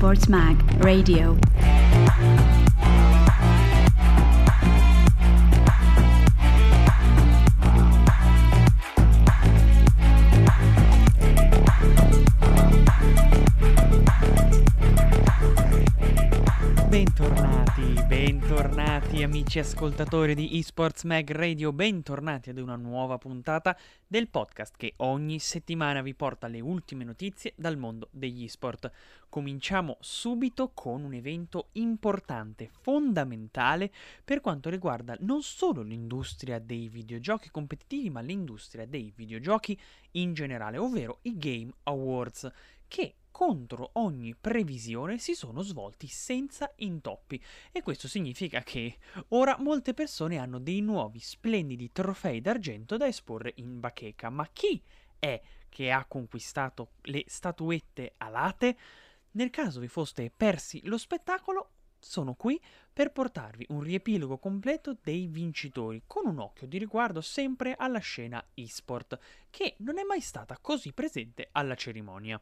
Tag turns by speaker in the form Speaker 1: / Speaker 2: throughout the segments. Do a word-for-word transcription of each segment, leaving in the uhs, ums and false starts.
Speaker 1: eSports Mag Radio.
Speaker 2: Bentornati, bentornati amici ascoltatori di eSports Mag Radio, bentornati ad una nuova puntata del podcast che ogni settimana vi porta le ultime notizie dal mondo degli eSport. Cominciamo subito con un evento importante, fondamentale per quanto riguarda non solo l'industria dei videogiochi competitivi, ma l'industria dei videogiochi in generale, ovvero i Game Awards, che contro ogni previsione si sono svolti senza intoppi, e questo significa che ora molte persone hanno dei nuovi splendidi trofei d'argento da esporre in bacheca. Ma chi è che ha conquistato le statuette alate? Nel caso vi foste persi lo spettacolo, sono qui per portarvi un riepilogo completo dei vincitori, con un occhio di riguardo sempre alla scena eSport, che non è mai stata così presente alla cerimonia.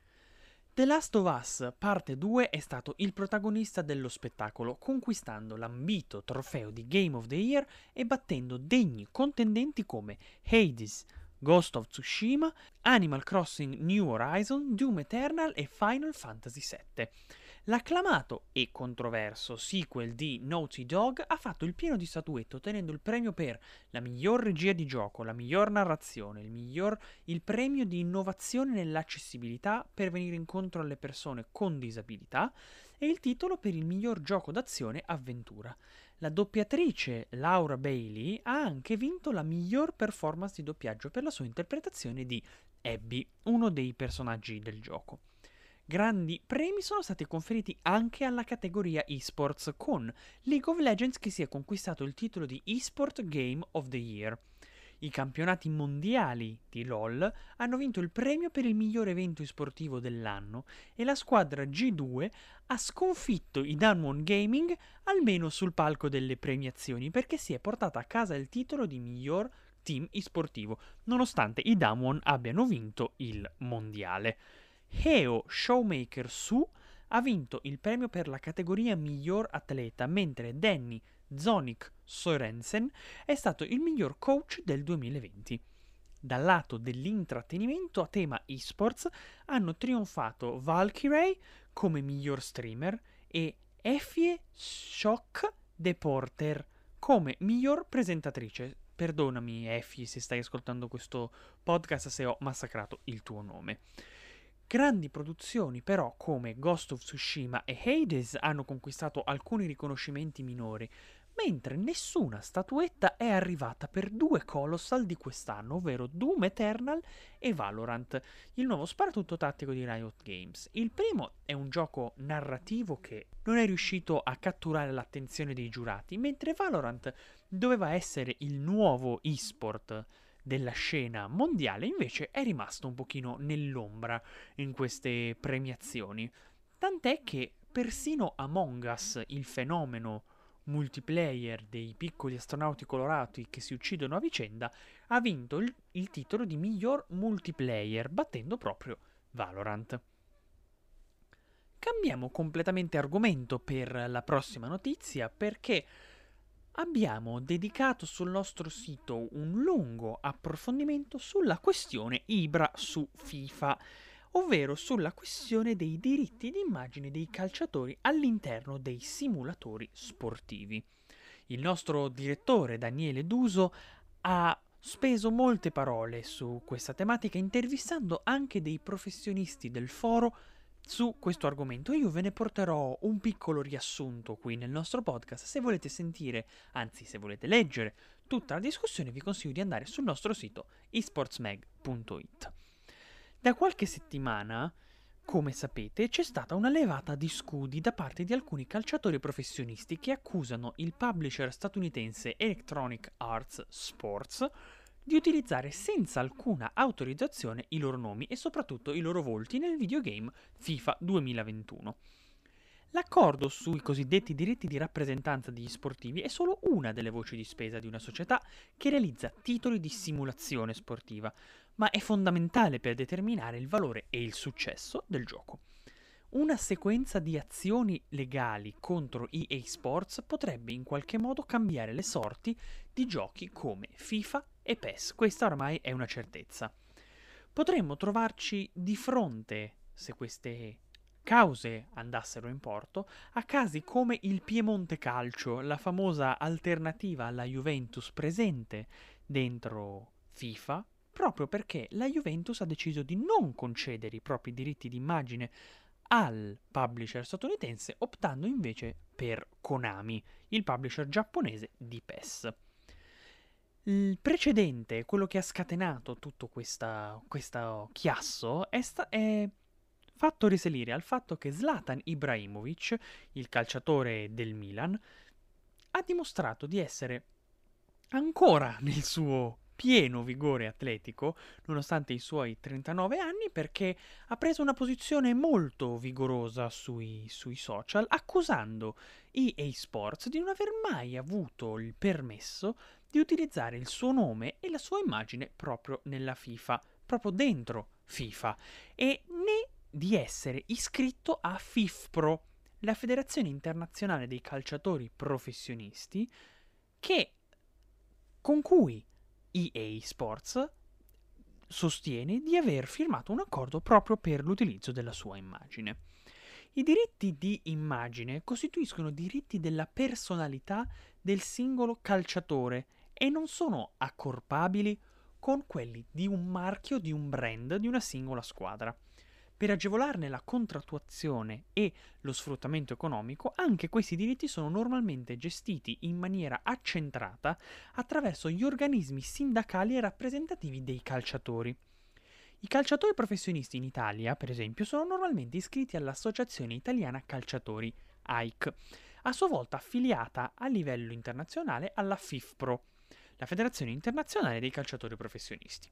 Speaker 2: The Last of Us parte due è stato il protagonista dello spettacolo, conquistando l'ambito trofeo di Game of the Year e battendo degni contendenti come Hades, Ghost of Tsushima, Animal Crossing New Horizon, Doom Eternal e Final Fantasy sette. L'acclamato e controverso sequel di Naughty Dog ha fatto il pieno di statuette, ottenendo il premio per la miglior regia di gioco, la miglior narrazione, il, miglior, il premio di innovazione nell'accessibilità per venire incontro alle persone con disabilità e il titolo per il miglior gioco d'azione avventura. La doppiatrice Laura Bailey ha anche vinto la miglior performance di doppiaggio per la sua interpretazione di Abby, uno dei personaggi del gioco. Grandi premi sono stati conferiti anche alla categoria eSports, con League of Legends che si è conquistato il titolo di eSport Game of the Year. I campionati mondiali di LoL hanno vinto il premio per il miglior evento esportivo dell'anno e la squadra G due ha sconfitto i Damwon Gaming almeno sul palco delle premiazioni, perché si è portata a casa il titolo di miglior team esportivo, nonostante i Damwon abbiano vinto il mondiale. Heo Showmaker Su ha vinto il premio per la categoria miglior atleta, mentre Danny Zonic Sorensen è stato il miglior coach del duemilaventi. Dal lato dell'intrattenimento a tema eSports hanno trionfato Valkyrae come miglior streamer e Effie Shock De Porter come miglior presentatrice. Perdonami Effie se stai ascoltando questo podcast se ho massacrato il tuo nome. Grandi produzioni però come Ghost of Tsushima e Hades hanno conquistato alcuni riconoscimenti minori, mentre nessuna statuetta è arrivata per due colossal di quest'anno, ovvero Doom Eternal e Valorant, il nuovo sparatutto tattico di Riot Games. Il primo è un gioco narrativo che non è riuscito a catturare l'attenzione dei giurati, mentre Valorant doveva essere il nuovo eSport della scena mondiale, invece è rimasto un pochino nell'ombra in queste premiazioni, tant'è che persino Among Us, il fenomeno multiplayer dei piccoli astronauti colorati che si uccidono a vicenda, ha vinto il, il titolo di miglior multiplayer, battendo proprio Valorant. Cambiamo completamente argomento per la prossima notizia, perché abbiamo dedicato sul nostro sito un lungo approfondimento sulla questione Ibra su FIFA, ovvero sulla questione dei diritti d'immagine dei calciatori all'interno dei simulatori sportivi. Il nostro direttore Daniele Duso ha speso molte parole su questa tematica, intervistando anche dei professionisti del foro su questo argomento. Io ve ne porterò un piccolo riassunto qui nel nostro podcast. Se volete sentire, anzi se volete leggere tutta la discussione, vi consiglio di andare sul nostro sito esportsmag punto it. Da qualche settimana, come sapete, c'è stata una levata di scudi da parte di alcuni calciatori professionisti che accusano il publisher statunitense Electronic Arts Sports di utilizzare senza alcuna autorizzazione i loro nomi e soprattutto i loro volti nel videogame FIFA duemilaventuno. L'accordo sui cosiddetti diritti di rappresentanza degli sportivi è solo una delle voci di spesa di una società che realizza titoli di simulazione sportiva, ma è fondamentale per determinare il valore e il successo del gioco. una sequenza di azioni legali contro E A Sports potrebbe in qualche modo cambiare le sorti di giochi come FIFA e PES. Questa ormai è una certezza. Potremmo trovarci di fronte, se queste cause andassero in porto, a casi come il Piemonte Calcio, la famosa alternativa alla Juventus presente dentro FIFA, proprio perché la Juventus ha deciso di non concedere i propri diritti d'immagine al publisher statunitense, optando invece per Konami, il publisher giapponese di PES. Il precedente, quello che ha scatenato tutto questa, questo chiasso, è, sta- è fatto risalire al fatto che Zlatan Ibrahimovic, il calciatore del Milan, ha dimostrato di essere ancora nel suo pieno vigore atletico, nonostante i suoi trentanove anni, perché ha preso una posizione molto vigorosa sui, sui social, accusando E A Sports di non aver mai avuto il permesso di utilizzare il suo nome e la sua immagine proprio nella FIFA, proprio dentro FIFA, e né di essere iscritto a FIFPro, la Federazione Internazionale dei Calciatori Professionisti, che con cui E A Sports sostiene di aver firmato un accordo proprio per l'utilizzo della sua immagine. I diritti di immagine costituiscono diritti della personalità del singolo calciatore e non sono accorpabili con quelli di un marchio, di un brand, di una singola squadra. Per agevolarne la contrattuazione e lo sfruttamento economico, anche questi diritti sono normalmente gestiti in maniera accentrata attraverso gli organismi sindacali e rappresentativi dei calciatori. I calciatori professionisti in Italia, per esempio, sono normalmente iscritti all'Associazione Italiana Calciatori, A I C, a sua volta affiliata a livello internazionale alla FIFPro, la Federazione Internazionale dei Calciatori Professionisti.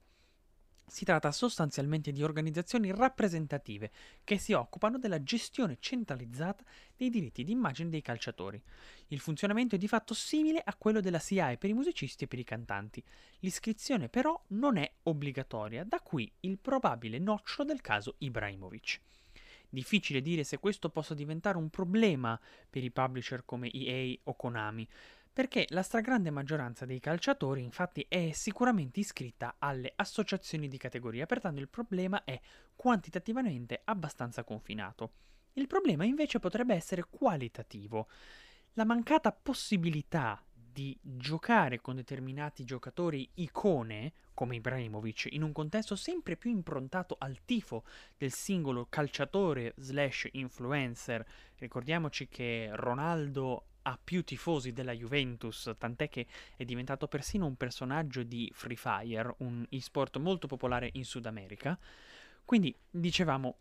Speaker 2: Si tratta sostanzialmente di organizzazioni rappresentative che si occupano della gestione centralizzata dei diritti d'immagine dei calciatori. Il funzionamento è di fatto simile a quello della S I A E per i musicisti e per i cantanti. L'iscrizione però non è obbligatoria, da qui il probabile nocciolo del caso Ibrahimovic. Difficile dire se questo possa diventare un problema per i publisher come E A o Konami, perché la stragrande maggioranza dei calciatori infatti è sicuramente iscritta alle associazioni di categoria, pertanto il problema è quantitativamente abbastanza confinato. Il problema invece potrebbe essere qualitativo. La mancata possibilità di giocare con determinati giocatori icone, come Ibrahimovic, in un contesto sempre più improntato al tifo del singolo calciatore slash influencer. Ricordiamoci che Ronaldo ha più tifosi della Juventus, tant'è che è diventato persino un personaggio di Free Fire, un e-sport molto popolare in Sud America. Quindi, dicevamo,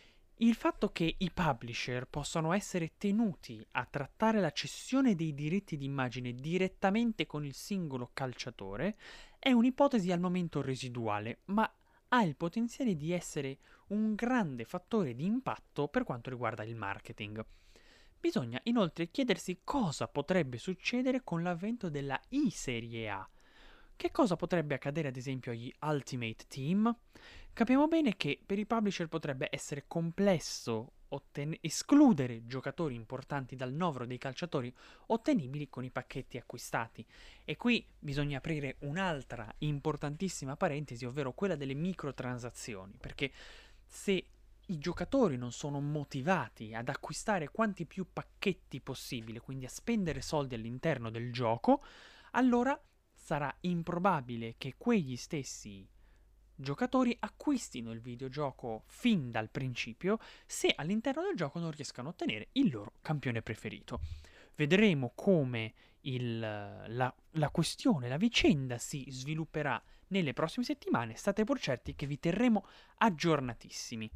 Speaker 2: il fatto che i publisher possano essere tenuti a trattare la cessione dei diritti d'immagine direttamente con il singolo calciatore è un'ipotesi al momento residuale, ma ha il potenziale di essere un grande fattore di impatto per quanto riguarda il marketing. Bisogna inoltre chiedersi cosa potrebbe succedere con l'avvento della I-Serie A. Che cosa potrebbe accadere ad esempio agli Ultimate Team? Capiamo bene che per i publisher potrebbe essere complesso otten- escludere giocatori importanti dal novero dei calciatori ottenibili con i pacchetti acquistati. E qui bisogna aprire un'altra importantissima parentesi, ovvero quella delle microtransazioni, perché se i giocatori non sono motivati ad acquistare quanti più pacchetti possibile, quindi a spendere soldi all'interno del gioco, allora sarà improbabile che quegli stessi giocatori acquistino il videogioco fin dal principio se all'interno del gioco non riescano a ottenere il loro campione preferito. Vedremo come il, la, la questione, la vicenda si svilupperà nelle prossime settimane. State pur certi che vi terremo aggiornatissimi.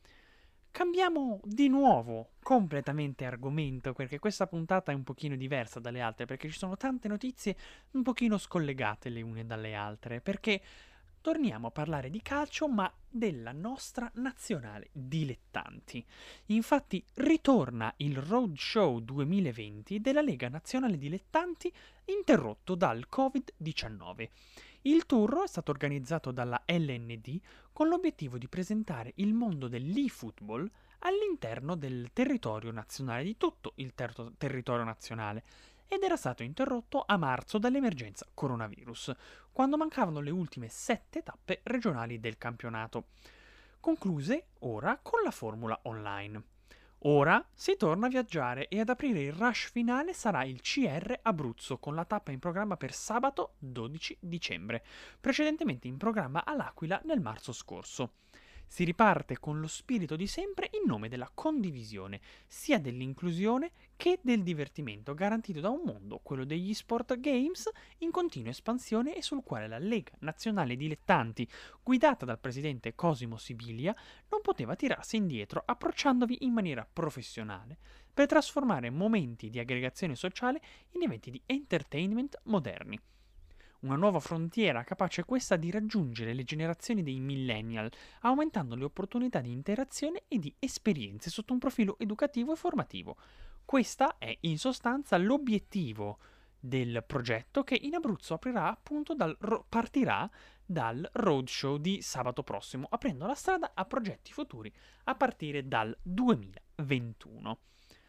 Speaker 2: Cambiamo di nuovo completamente argomento, perché questa puntata è un pochino diversa dalle altre, perché ci sono tante notizie un pochino scollegate le une dalle altre, perché torniamo a parlare di calcio, ma della nostra nazionale dilettanti. Infatti ritorna il Roadshow duemilaventi della Lega Nazionale Dilettanti, interrotto dal covid diciannove. Il tour è stato organizzato dalla L N D con l'obiettivo di presentare il mondo dell'e-football all'interno del territorio nazionale, di tutto il ter- territorio nazionale, ed era stato interrotto a marzo dall'emergenza coronavirus, quando mancavano le ultime sette tappe regionali del campionato, concluse ora con la formula online. Ora si torna a viaggiare e ad aprire il rush finale sarà il C R Abruzzo, con la tappa in programma per sabato dodici dicembre, precedentemente in programma all'Aquila nel marzo scorso. Si riparte con lo spirito di sempre in nome della condivisione, sia dell'inclusione che del divertimento, garantito da un mondo, quello degli sport games, in continua espansione e sul quale la Lega Nazionale Dilettanti, guidata dal presidente Cosimo Sibilia, non poteva tirarsi indietro, approcciandovi in maniera professionale per trasformare momenti di aggregazione sociale in eventi di entertainment moderni. Una nuova frontiera capace questa di raggiungere le generazioni dei millennial, aumentando le opportunità di interazione e di esperienze sotto un profilo educativo e formativo. Questa è in sostanza l'obiettivo del progetto, che in Abruzzo aprirà appunto dal ro- partirà dal roadshow di sabato prossimo, aprendo la strada a progetti futuri a partire dal duemilaventuno.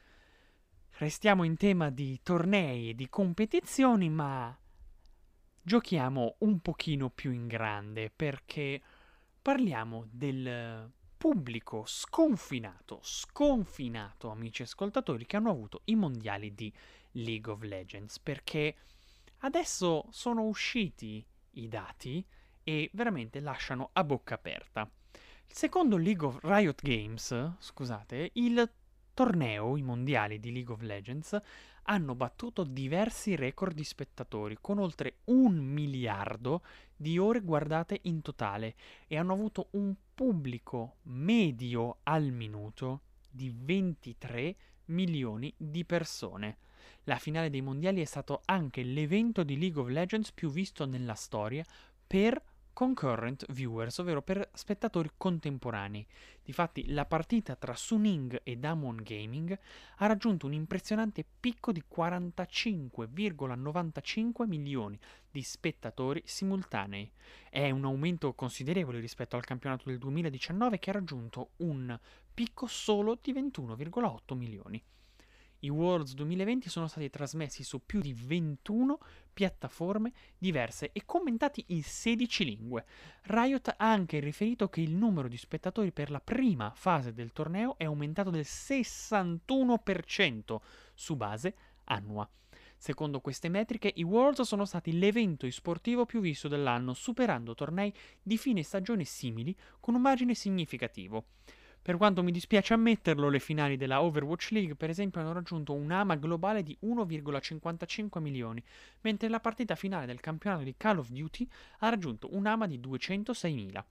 Speaker 2: Restiamo in tema di tornei e di competizioni, ma giochiamo un pochino più in grande, perché parliamo del pubblico sconfinato, sconfinato, amici ascoltatori, che hanno avuto i mondiali di League of Legends, perché adesso sono usciti i dati e veramente lasciano a bocca aperta. Secondo League of Riot Games, scusate, il torneo, i mondiali di League of Legends, hanno battuto diversi record di spettatori, con oltre un miliardo di ore guardate in totale, e hanno avuto un pubblico medio al minuto di ventitré milioni di persone. La finale dei mondiali è stato anche l'evento di League of Legends più visto nella storia per concurrent viewers, ovvero per spettatori contemporanei. Difatti, la partita tra Suning e Damwon Gaming ha raggiunto un impressionante picco di quarantacinque virgola novantacinque milioni di spettatori simultanei. È un aumento considerevole rispetto al campionato del duemiladiciannove, che ha raggiunto un picco solo di ventuno virgola otto milioni. I Worlds duemilaventi sono stati trasmessi su più di ventuno piattaforme diverse e commentati in sedici lingue. Riot ha anche riferito che il numero di spettatori per la prima fase del torneo è aumentato del sessantuno per cento su base annua. Secondo queste metriche, i Worlds sono stati l'evento sportivo più visto dell'anno, superando tornei di fine stagione simili con un margine significativo. Per quanto mi dispiace ammetterlo, le finali della Overwatch League, per esempio, hanno raggiunto un'A M A globale di uno virgola cinquantacinque milioni, mentre la partita finale del campionato di Call of Duty ha raggiunto un'A M A di duecentoseimila.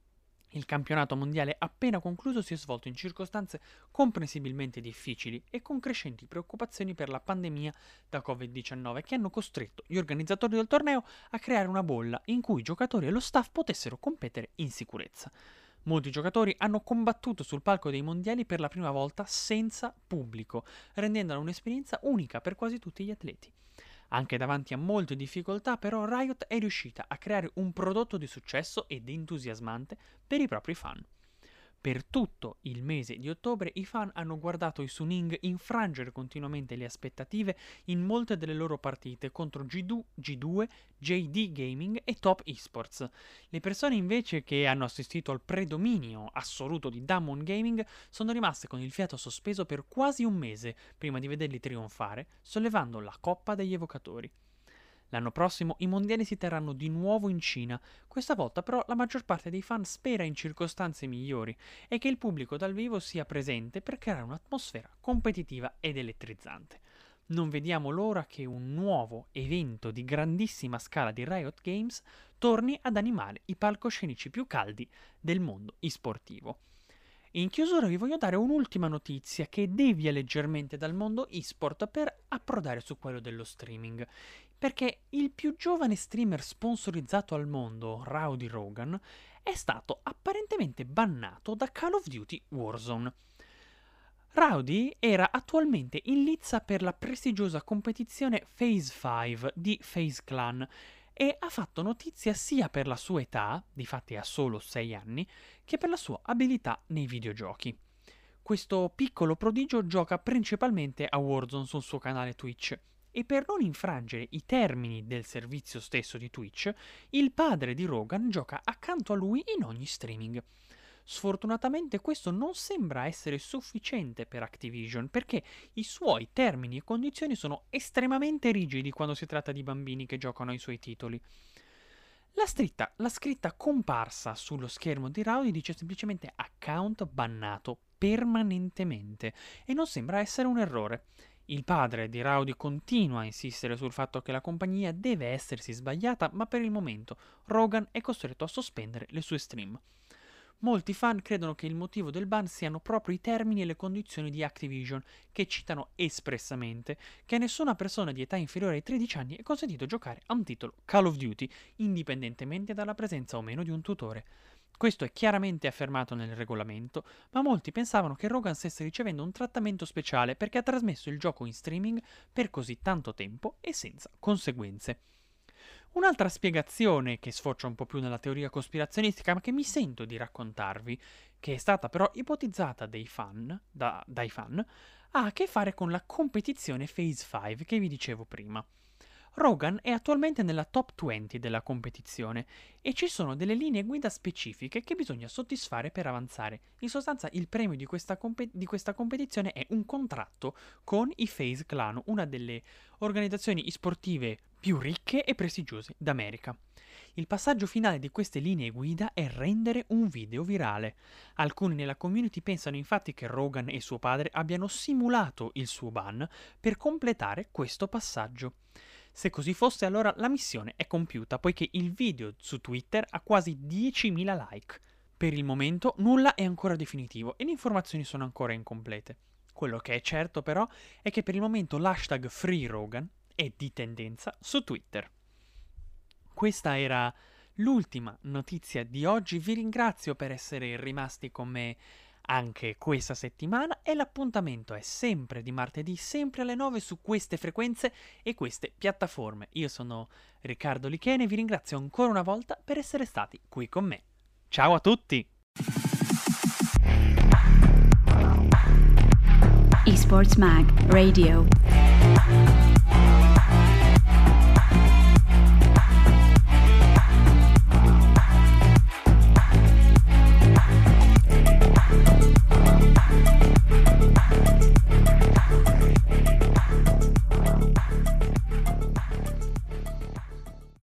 Speaker 2: Il campionato mondiale appena concluso si è svolto in circostanze comprensibilmente difficili e con crescenti preoccupazioni per la pandemia da covid diciannove, che hanno costretto gli organizzatori del torneo a creare una bolla in cui i giocatori e lo staff potessero competere in sicurezza. Molti giocatori hanno combattuto sul palco dei mondiali per la prima volta senza pubblico, rendendola un'esperienza unica per quasi tutti gli atleti. Anche davanti a molte difficoltà, però, Riot è riuscita a creare un prodotto di successo ed entusiasmante per i propri fan. Per tutto il mese di ottobre i fan hanno guardato i Suning infrangere continuamente le aspettative in molte delle loro partite contro G due, J D Gaming e Top Esports. Le persone invece che hanno assistito al predominio assoluto di Damwon Gaming sono rimaste con il fiato sospeso per quasi un mese prima di vederli trionfare, sollevando la coppa degli evocatori. L'anno prossimo i mondiali si terranno di nuovo in Cina, questa volta però la maggior parte dei fan spera in circostanze migliori e che il pubblico dal vivo sia presente per creare un'atmosfera competitiva ed elettrizzante. Non vediamo l'ora che un nuovo evento di grandissima scala di Riot Games torni ad animare i palcoscenici più caldi del mondo e-sportivo. In chiusura vi voglio dare un'ultima notizia che devia leggermente dal mondo e-sport per approdare su quello dello streaming, perché il più giovane streamer sponsorizzato al mondo, Rowdy Rogan, è stato apparentemente bannato da Call of Duty Warzone. Rowdy era attualmente in lizza per la prestigiosa competizione Phase cinque di FaZe Clan e ha fatto notizia sia per la sua età, difatti ha solo sei anni, che per la sua abilità nei videogiochi. questo piccolo prodigio gioca principalmente a Warzone sul suo canale Twitch. E per non infrangere i termini del servizio stesso di Twitch, il padre di Rogan gioca accanto a lui in ogni streaming. Sfortunatamente questo non sembra essere sufficiente per Activision, perché i suoi termini e condizioni sono estremamente rigidi quando si tratta di bambini che giocano ai suoi titoli. La, stritta, la scritta comparsa sullo schermo di Rowdy dice semplicemente account bannato permanentemente e non sembra essere un errore. Il padre di Rowdy continua a insistere sul fatto che la compagnia deve essersi sbagliata, ma per il momento Rogan è costretto a sospendere le sue stream. Molti fan credono che il motivo del ban siano proprio i termini e le condizioni di Activision, che citano espressamente che a nessuna persona di età inferiore ai tredici anni è consentito giocare a un titolo Call of Duty, indipendentemente dalla presenza o meno di un tutore. Questo è chiaramente affermato nel regolamento, ma molti pensavano che Rogan stesse ricevendo un trattamento speciale perché ha trasmesso il gioco in streaming per così tanto tempo e senza conseguenze. Un'altra spiegazione che sfocia un po' più nella teoria cospirazionistica, ma che mi sento di raccontarvi, che è stata però ipotizzata dai fan, da, dai fan, ha a che fare con la competizione Phase cinque che vi dicevo prima. Rogan è attualmente nella top venti della competizione e ci sono delle linee guida specifiche che bisogna soddisfare per avanzare. In sostanza il premio di questa, comp- di questa competizione è un contratto con i FaZe Clan, una delle organizzazioni sportive più ricche e prestigiose d'America. Il passaggio finale di queste linee guida è rendere un video virale. Alcuni nella community pensano infatti che Rogan e suo padre abbiano simulato il suo ban per completare questo passaggio. Se così fosse, allora la missione è compiuta, poiché il video su Twitter ha quasi diecimila like. Per il momento nulla è ancora definitivo e le informazioni sono ancora incomplete. Quello che è certo però è che per il momento l'hashtag FreeRogan è di tendenza su Twitter. Questa era l'ultima notizia di oggi, vi ringrazio per essere rimasti con me anche questa settimana e l'appuntamento è sempre di martedì, sempre alle nove su queste frequenze e queste piattaforme. Io sono Riccardo Lichene e vi ringrazio ancora una volta per essere stati qui con me. Ciao a tutti!
Speaker 1: Esports Mag Radio.